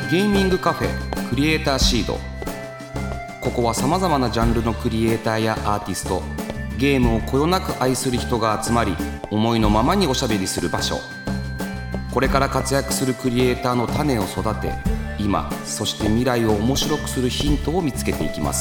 ゲーミングカフェクリエイターシード。ここはさまざまなジャンルのクリエイターやアーティスト、ゲームをこよなく愛する人が集まり、思いのままにおしゃべりする場所。これから活躍するクリエイターの種を育て、今そして未来を面白くするヒントを見つけていきます。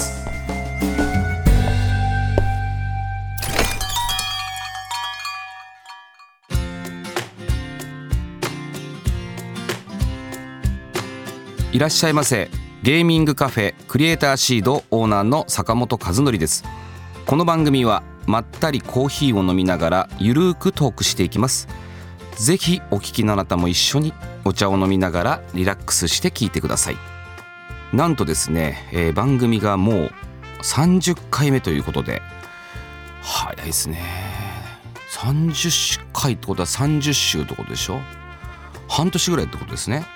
いらっしゃいませ。ゲーミングカフェクリエイターシードオーナーの坂本和則です。この番組はまったりコーヒーを飲みながらゆるーくトークしていきます。ぜひお聞きのあなたも一緒にお茶を飲みながらリラックスして聞いてください。なんとですね、番組がもう30回目ということで、早いですね。30回ってことは30週ってことでしょ。半年ぐらいってことですね。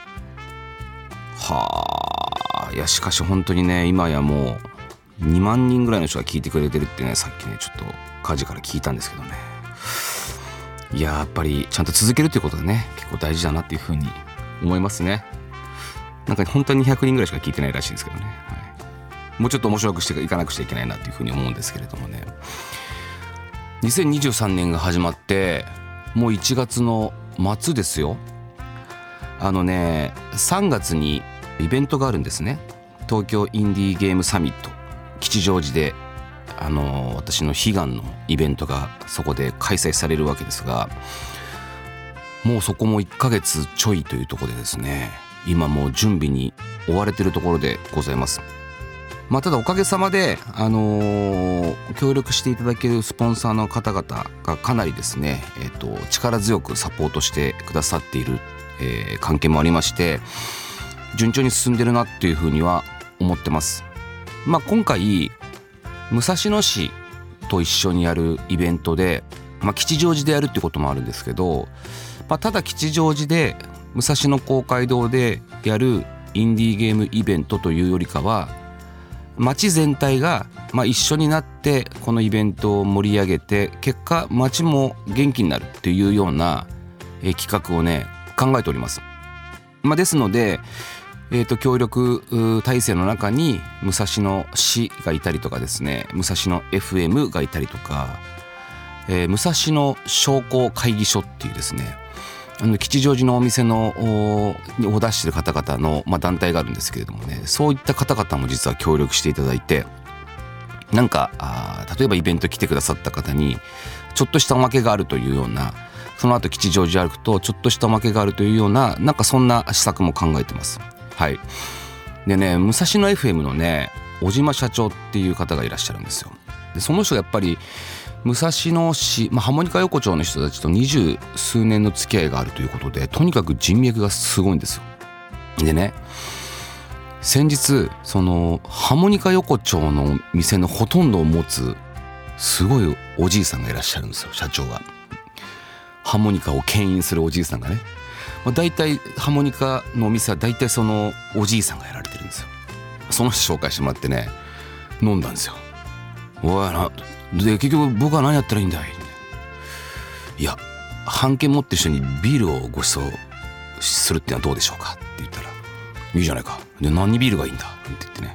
はあ、いやしかし本当にね、今やもう2万人ぐらいの人が聞いてくれてるってね、さっきねちょっとカジから聞いたんですけどね。いややっぱりちゃんと続けるということがね結構大事だなっていうふうに思いますね。なんか本当に200人ぐらいしか聞いてないらしいですけどね、はい、もうちょっと面白くしていかなくちゃいけないなっていうふうに思うんですけれどもね。2023年が始まってもう1月の末ですよ。3月にイベントがあるんですね。東京インディーゲームサミット、吉祥寺で私の悲願のイベントがそこで開催されるわけですが、もうそこも1ヶ月ちょいというところでですね、今もう準備に追われているところでございます。ただおかげさまで、協力していただけるスポンサーの方々がかなりですね、力強くサポートしてくださっている、関係もありまして、順調に進んでるなっていうふうには思ってます。今回武蔵野市と一緒にやるイベントで、吉祥寺でやるってこともあるんですけど、ただ吉祥寺で武蔵野公会堂でやるインディーゲームイベントというよりかは、街全体が一緒になってこのイベントを盛り上げて、結果街も元気になるっていうような企画をね考えております。ですので、協力体制の中に武蔵野市がいたりとかですね、武蔵野 FM がいたりとか、武蔵野商工会議所っていうですね、吉祥寺のお店のを出している方々の、団体があるんですけれどもね、そういった方々も実は協力していただいて、なんか例えばイベント来てくださった方にちょっとしたおまけがあるというような、その後吉祥寺歩くとちょっとしたおまけがあるというような、なんかそんな施策も考えてます。はい。でね、武蔵野 FM のね小島社長っていう方がいらっしゃるんですよ。でその人がやっぱり武蔵野市、ハーモニカ横丁の人たちと20数年の付き合いがあるということで、とにかく人脈がすごいんですよ。でね、先日そのハーモニカ横丁の店のほとんどを持つすごいおじいさんがいらっしゃるんですよ。社長がハーモニカを牽引するおじいさんがね、だいたいハーモニカのお店はだいたいそのおじいさんがやられてるんですよ。その人紹介してもらってね、飲んだんですよ。おいなで、結局僕は何やったらいいんだい。いや、半券持ってる人にビールをご馳走するってのはどうでしょうかって言ったら、いいじゃないか。で、何にビールがいいんだって言ってね。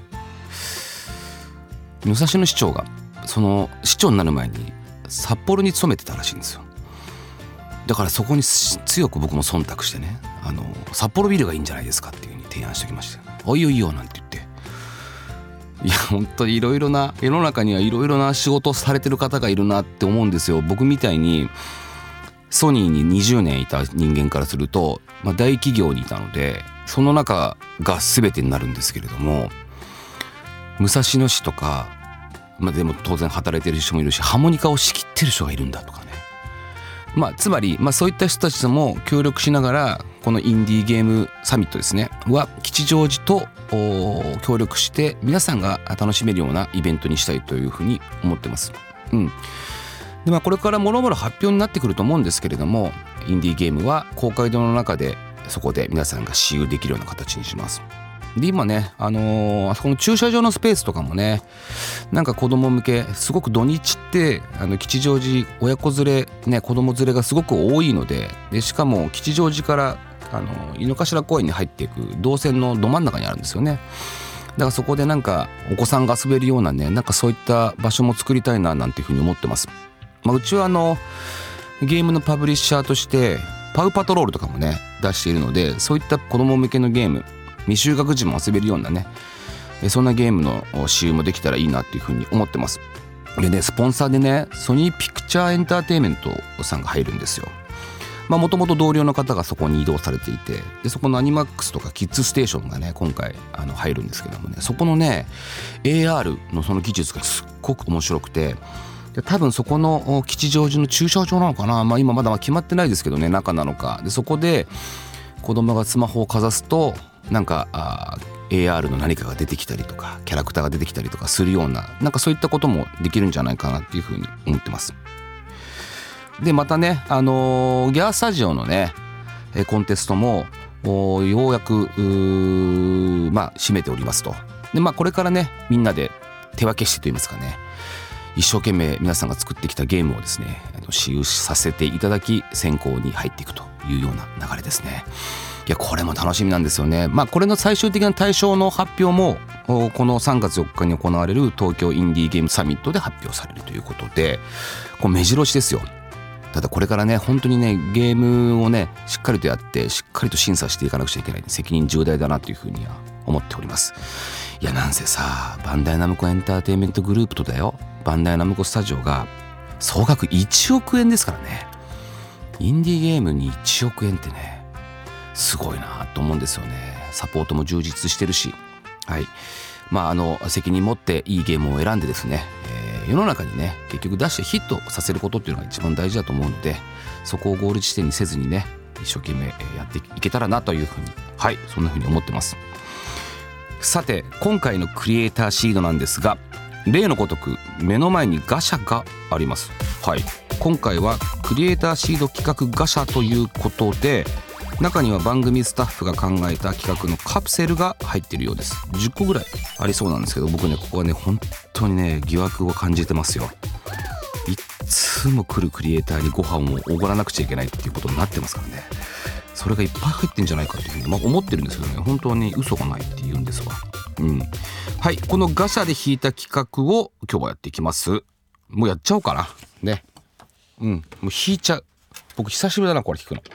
武蔵野市長がその市長になる前に札幌に勤めてたらしいんですよ。だからそこに強く僕も忖度してね、札幌ビールがいいんじゃないですかっていう風に提案しておきました。いいよいいよなんて言って、いや本当にいろいろな、世の中にはいろいろな仕事をされてる方がいるなって思うんですよ。僕みたいにソニーに20年いた人間からすると、大企業にいたのでその中が全てになるんですけれども、武蔵野市とか、でも当然働いてる人もいるし、ハーモニカを仕切ってる人がいるんだとかね、つまり、そういった人たちとも協力しながら、このインディーゲームサミットですねは吉祥寺と協力して皆さんが楽しめるようなイベントにしたいというふうに思ってます。でこれからもろもろ発表になってくると思うんですけれども、インディーゲームは公会堂の中でそこで皆さんが私有できるような形にします。で今ね、あそこの駐車場のスペースとかもね、なんか子供向け、すごく土日って吉祥寺親子連れね、子供連れがすごく多いので、しかも吉祥寺から井の頭公園に入っていく動線のど真ん中にあるんですよね。だからそこでなんかお子さんが遊べるようなね、なんかそういった場所も作りたいななんていうふうに思ってます。うちはゲームのパブリッシャーとしてパウパトロールとかもね出しているので、そういった子供向けのゲーム、未就学児も遊べるようなね、そんなゲームの使用もできたらいいなっていうふうに思ってます。でね、スポンサーでね、ソニーピクチャーエンターテインメントさんが入るんですよ。もともと同僚の方がそこに移動されていて、でそこのアニマックスとかキッズステーションがね今回入るんですけどもね、そこのね AR のその技術がすっごく面白くて、で多分そこの吉祥寺の駐車場なのかな、今まだ決まってないですけどね、中なのかで、そこで子供がスマホをかざすとなんかAR の何かが出てきたりとか、キャラクターが出てきたりとかするような、なんかそういったこともできるんじゃないかなっていうふうに思ってます。でまたね、ギャースタジオのねコンテストもようやく締めておりますと。でこれからねみんなで手分けしてといいますかね、一生懸命皆さんが作ってきたゲームをですね使用させていただき選考に入っていくというような流れですね。いやこれも楽しみなんですよね。これの最終的な対象の発表もこの3月4日に行われる東京インディーゲームサミットで発表されるということで、これ目白押しですよ。ただこれからね本当にねゲームをねしっかりとやってしっかりと審査していかなくちゃいけない、責任重大だなというふうには思っております。いやなんせさ、バンダイナムコエンターテインメントグループとだよ、バンダイナムコスタジオが総額1億円ですからね。インディーゲームに1億円ってねすごいなと思うんですよね。サポートも充実してるし、はい、責任持っていいゲームを選んでですね、世の中にね結局出してヒットさせることっていうのが一番大事だと思うので、そこをゴール地点にせずにね一生懸命やっていけたらなというふうに、はいそんなふうに思ってます。さて今回のクリエイターシードなんですが、例のごとく目の前にガシャがあります。はい、今回はクリエイターシード企画ガシャということで、中には番組スタッフが考えた企画のカプセルが入っているようです。10個ぐらいありそうなんですけど、僕ねここはね本当にね疑惑を感じてますよ。いつも来るクリエイターにご飯をおごらなくちゃいけないっていうことになってますからね。それがいっぱい入ってんじゃないかっていうふうに、思ってるんですけどね、本当はね嘘がないって言うんですわ。はい、このガシャで引いた企画を今日はやっていきます。もうやっちゃおうかなね。もう引いちゃう。僕久しぶりだなこれ引くの。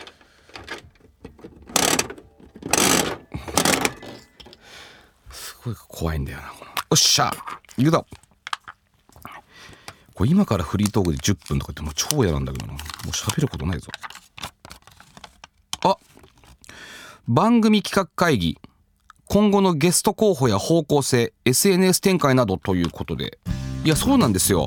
すごい怖いんだよな。おっしゃいくぞ。これ今からフリートークで10分とかってもう超嫌なんだけどな。もう喋ることないぞ。番組企画会議、今後のゲスト候補や方向性、 SNS 展開などということで、いやそうなんですよ。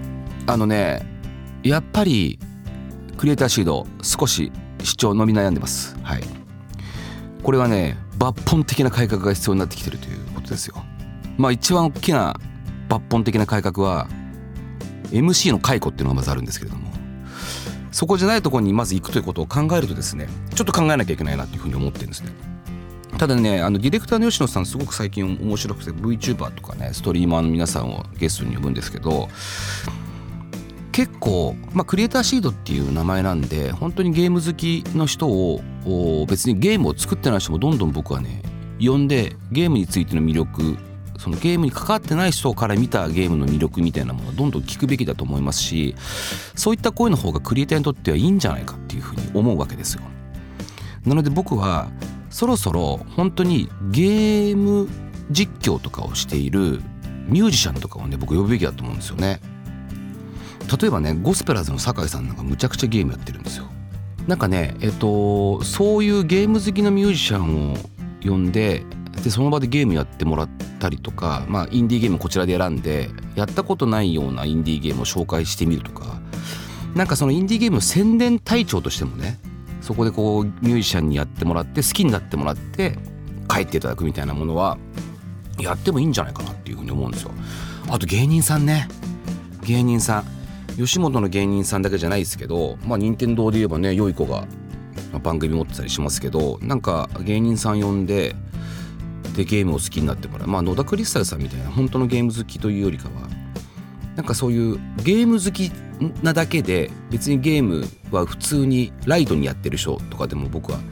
やっぱりクリエイターシード少し主張伸び悩んでます。はい、これはね抜本的な改革が必要になってきてるということですよ。一番大きな抜本的な改革は MC の解雇っていうのがまずあるんですけれども、そこじゃないところにまず行くということを考えるとですね、ちょっと考えなきゃいけないなというふうに思ってるんですね。ただねディレクターの吉野さんすごく最近面白くて VTuber とかねストリーマーの皆さんをゲストに呼ぶんですけど、結構クリエイターシードっていう名前なんで本当にゲーム好きの人を別にゲームを作ってない人もどんどん僕はね呼んで、ゲームについての魅力、そのゲームに関わってない人から見たゲームの魅力みたいなものをどんどん聞くべきだと思いますし、そういった声の方がクリエイターにとってはいいんじゃないかっていうふうに思うわけですよ。なので僕はそろそろ本当にゲーム実況とかをしているミュージシャンとかをね僕呼ぶべきだと思うんですよね。例えばねゴスペラーズの酒井さんなんかむちゃくちゃゲームやってるんですよ。なんかねそういうゲーム好きのミュージシャンを呼んで、その場でゲームやってもらったりとか、インディーゲームこちらで選んでやったことないようなインディーゲームを紹介してみるとか、なんかそのインディーゲームの宣伝隊長としてもね、そこでこうミュージシャンにやってもらって好きになってもらって帰っていただくみたいなものはやってもいいんじゃないかなっていうふうに思うんですよ。あと芸人さんね、芸人さん、吉本の芸人さんだけじゃないですけど、任天堂で言えばね良い子が番組持ってたりしますけど、なんか芸人さん呼んでゲームを好きになってもらう、野田クリスタルさんみたいな本当のゲーム好きというよりかは、なんかそういうゲーム好きなだけで別にゲームは普通にライトにやってる人とかでも僕は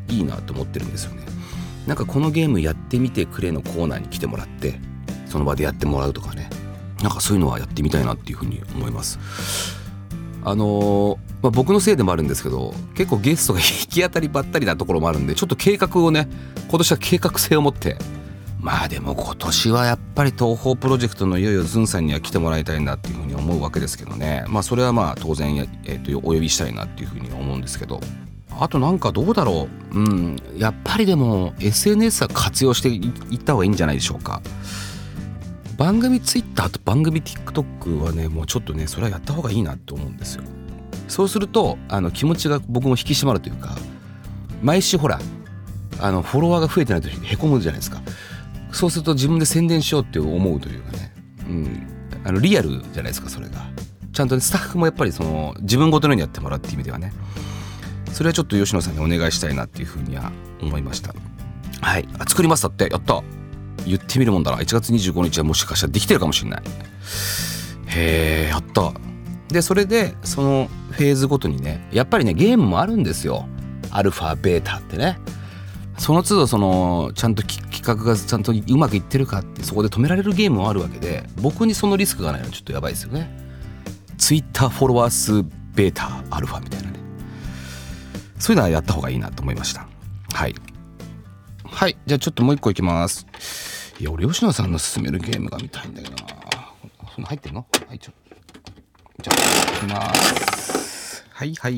いいなと思ってるんですよね。なんかこのゲームやってみてくれのコーナーに来てもらってその場でやってもらうとかね、なんかそういうのはやってみたいなっていうふうに思います。僕のせいでもあるんですけど、結構ゲストが行き当たりばったりなところもあるんで、ちょっと計画をね、今年は計画性を持って、まあでも今年はやっぱり東宝プロジェクトのいよいよズンさんには来てもらいたいなっていうふうに思うわけですけどね。まあそれはまあ当然お呼びしたいなっていうふうに思うんですけど、あとなんかどうだろう、やっぱりでも SNS は活用していった方がいいんじゃないでしょうか。番組 Twitter と番組 TikTok はね、もうちょっとねそれはやった方がいいなと思うんですよ。そうすると気持ちが僕も引き締まるというか、毎週ほらフォロワーが増えてないとへこむじゃないですか。そうすると自分で宣伝しようって思うというかね、リアルじゃないですか。それがちゃんとね、スタッフもやっぱりその自分ごとのようにやってもらうっていう意味ではね、それはちょっと吉野さんにお願いしたいなっていうふうには思いました。はい、作りますだって。やった。言ってみるもんだな。1月25日はもしかしたらできてるかもしれない。へえ、やった。でそれでそのフェーズごとにね、やっぱりねゲームもあるんですよ。アルファベータってね、その都度そのちゃんと企画がちゃんとうまくいってるかってそこで止められるゲームもあるわけで、僕にそのリスクがないのはちょっとやばいですよね。ツイッターフォロワー数ベータアルファみたいなね、そういうのはやった方がいいなと思いました。はいはい、じゃあちょっともう一個いきます。いや俺吉野さんの勧めるゲームが見たいんだけどな。そんな入ってんの？はい、じゃあいきます。はいはい。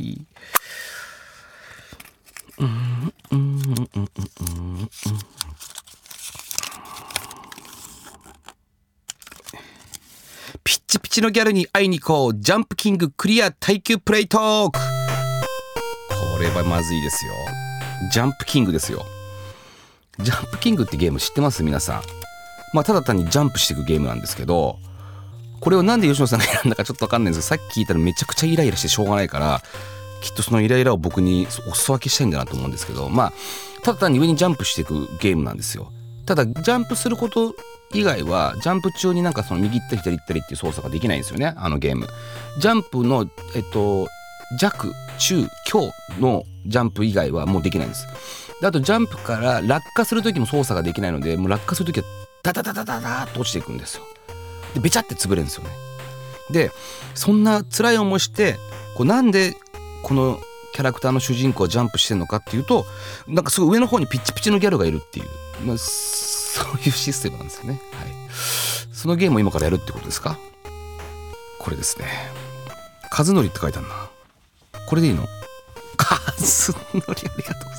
ピッチピチのギャルに会いに行こう、ジャンプキングクリア耐久プレイトーク。これはまずいですよ。ジャンプキングですよ。ジャンプキングってゲーム知ってます皆さん。まあただ単にジャンプしていくゲームなんですけど、これをなんで吉野さんが選んだかちょっと分かんないんですけど、さっき聞いたらめちゃくちゃイライラしてしょうがないから、きっとそのイライラを僕にお裾分けしたいんだなと思うんですけど、まあただ単に上にジャンプしていくゲームなんですよ。ただジャンプすること以外はジャンプ中になんかその右行ったり左行ったりっていう操作ができないんですよね、あのゲーム。ジャンプの弱中強のジャンプ以外はもうできないんです。であとジャンプから落下する時も操作ができないので、もう落下する時はダダダダダダーっと落ちていくんですよ。でベチャって潰れるんですよね。でそんな辛い思いしてなんでこのキャラクターの主人公はジャンプしてるのかっていうと、なんかすごい上の方にピッチピチのギャルがいるっていう、そういうシステムなんですよね。はい、そのゲームを今からやるってことですか？これですね。和則って書いてあるな。これでいいの？和則ありがとうございます。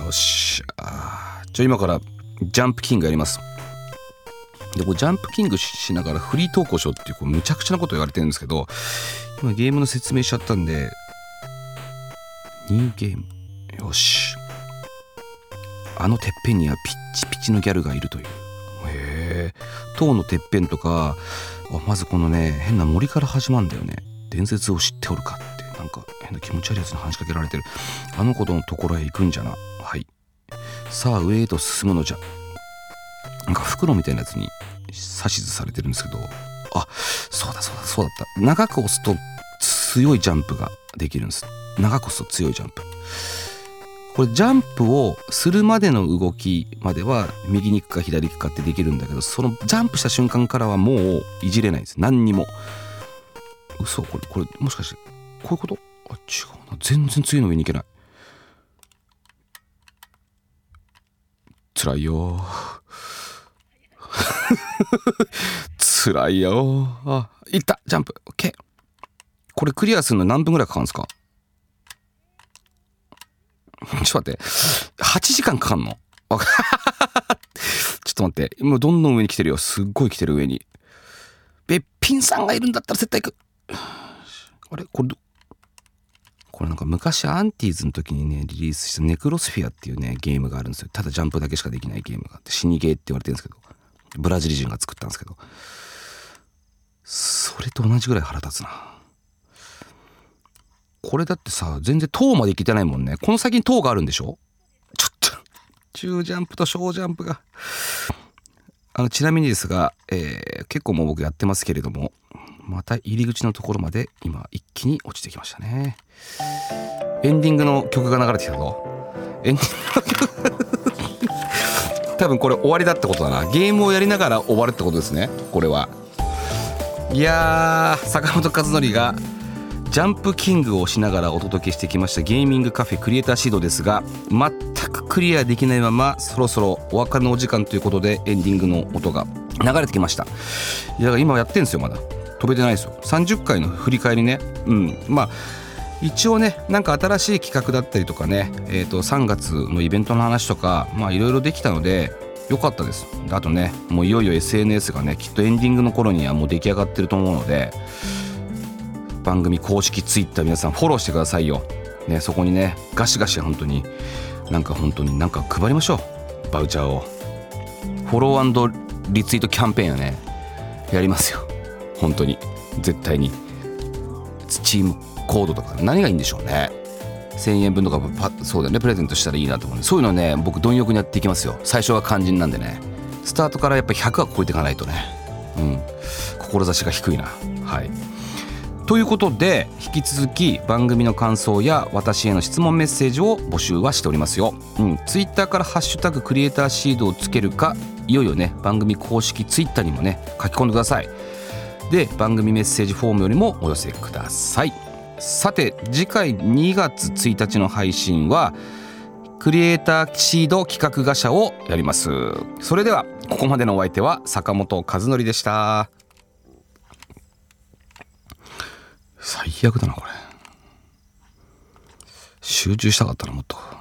よし、じゃあ今からジャンプキングやります。でジャンプキングしながらフリー投稿しようっていうむちゃくちゃなこと言われてるんですけど、今ゲームの説明しちゃったんで、ニューゲーム。よし、てっぺんにはピッチピチのギャルがいるという。塔のてっぺんとか、まずこのね変な森から始まるんだよね。伝説を知っておるかってなんか変な気持ち悪いやつに話しかけられてる。あの子のところへ行くんじゃな。はい、さあ上へと進むのじゃ。なんか袋みたいなやつに指図されてるんですけど、そうだった。長く押すと強いジャンプができるんです。長く押すと強いジャンプ。これジャンプをするまでの動きまでは右に行くか左に行くかってできるんだけど、そのジャンプした瞬間からはもういじれないんです。何にも。嘘、これもしかしてこういうこと？違うな、全然次の上に行けない。辛いよ辛いよ。いった、ジャンプ OK。 これクリアするの何分ぐらいかかるんですか？ちょっと待って、8時間かかんの？ちょっと待って、もうどんどん上に来てるよ。すっごい来てる上に。べっぴんさんがいるんだったら絶対行く。あれこれなんか昔アンティーズの時にねリリースしたネクロスフィアっていうねゲームがあるんですよ。ただジャンプだけしかできないゲームがあって、死にゲーって言われてるんですけど、ブラジル人が作ったんですけど、それと同じぐらい腹立つな。これだってさ、全然塔まで行けてないもんね。この先に塔があるんでしょ？ちょっと中ジャンプと小ジャンプがちなみにですが、結構もう僕やってますけれども、 また入り口のところまで今一気に落ちてきましたね。エンディングの曲が流れてきたぞ。エンディングの曲多分これ終わりだってことだな。ゲームをやりながら終わるってことですね、これは。いやー、坂本和則がジャンプキングをしながらお届けしてきましたゲーミングカフェクリエイターシードですが、全くクリアできないままそろそろお別れのお時間ということで、エンディングの音が流れてきました。いや、だから今やってんですよ。まだ飛べてないですよ。30回の振り返りね。まあ一応ね、なんか新しい企画だったりとかね、3月のイベントの話とかいろいろできたので良かったです。あとね、もういよいよ SNS がね、きっとエンディングの頃にはもう出来上がってると思うので、番組公式ツイッター皆さんフォローしてくださいよ、ね、そこにねガシガシ本当になんか配りましょう、バウチャーを。フォロー&リツイートキャンペーンはねやりますよ、本当に絶対に。チームコードとか何がいいんでしょうね。1000円分とかそうだよね、プレゼントしたらいいなと思う。そういうのね、僕貪欲にやっていきますよ。最初は肝心なんでね、スタートからやっぱり100は超えていかないとね、志が低いな。はい、ということで引き続き番組の感想や私への質問メッセージを募集はしておりますよ。ツイッターからハッシュタグクリエイターシードをつけるか、いよいよね番組公式ツイッターにもね書き込んでください。で、番組メッセージフォームよりもお寄せください。さて次回2月1日の配信はクリエイターシード企画ガシャをやります。それではここまでのお相手は坂本和則でした。最悪だなこれ。集中したかったな、もっと。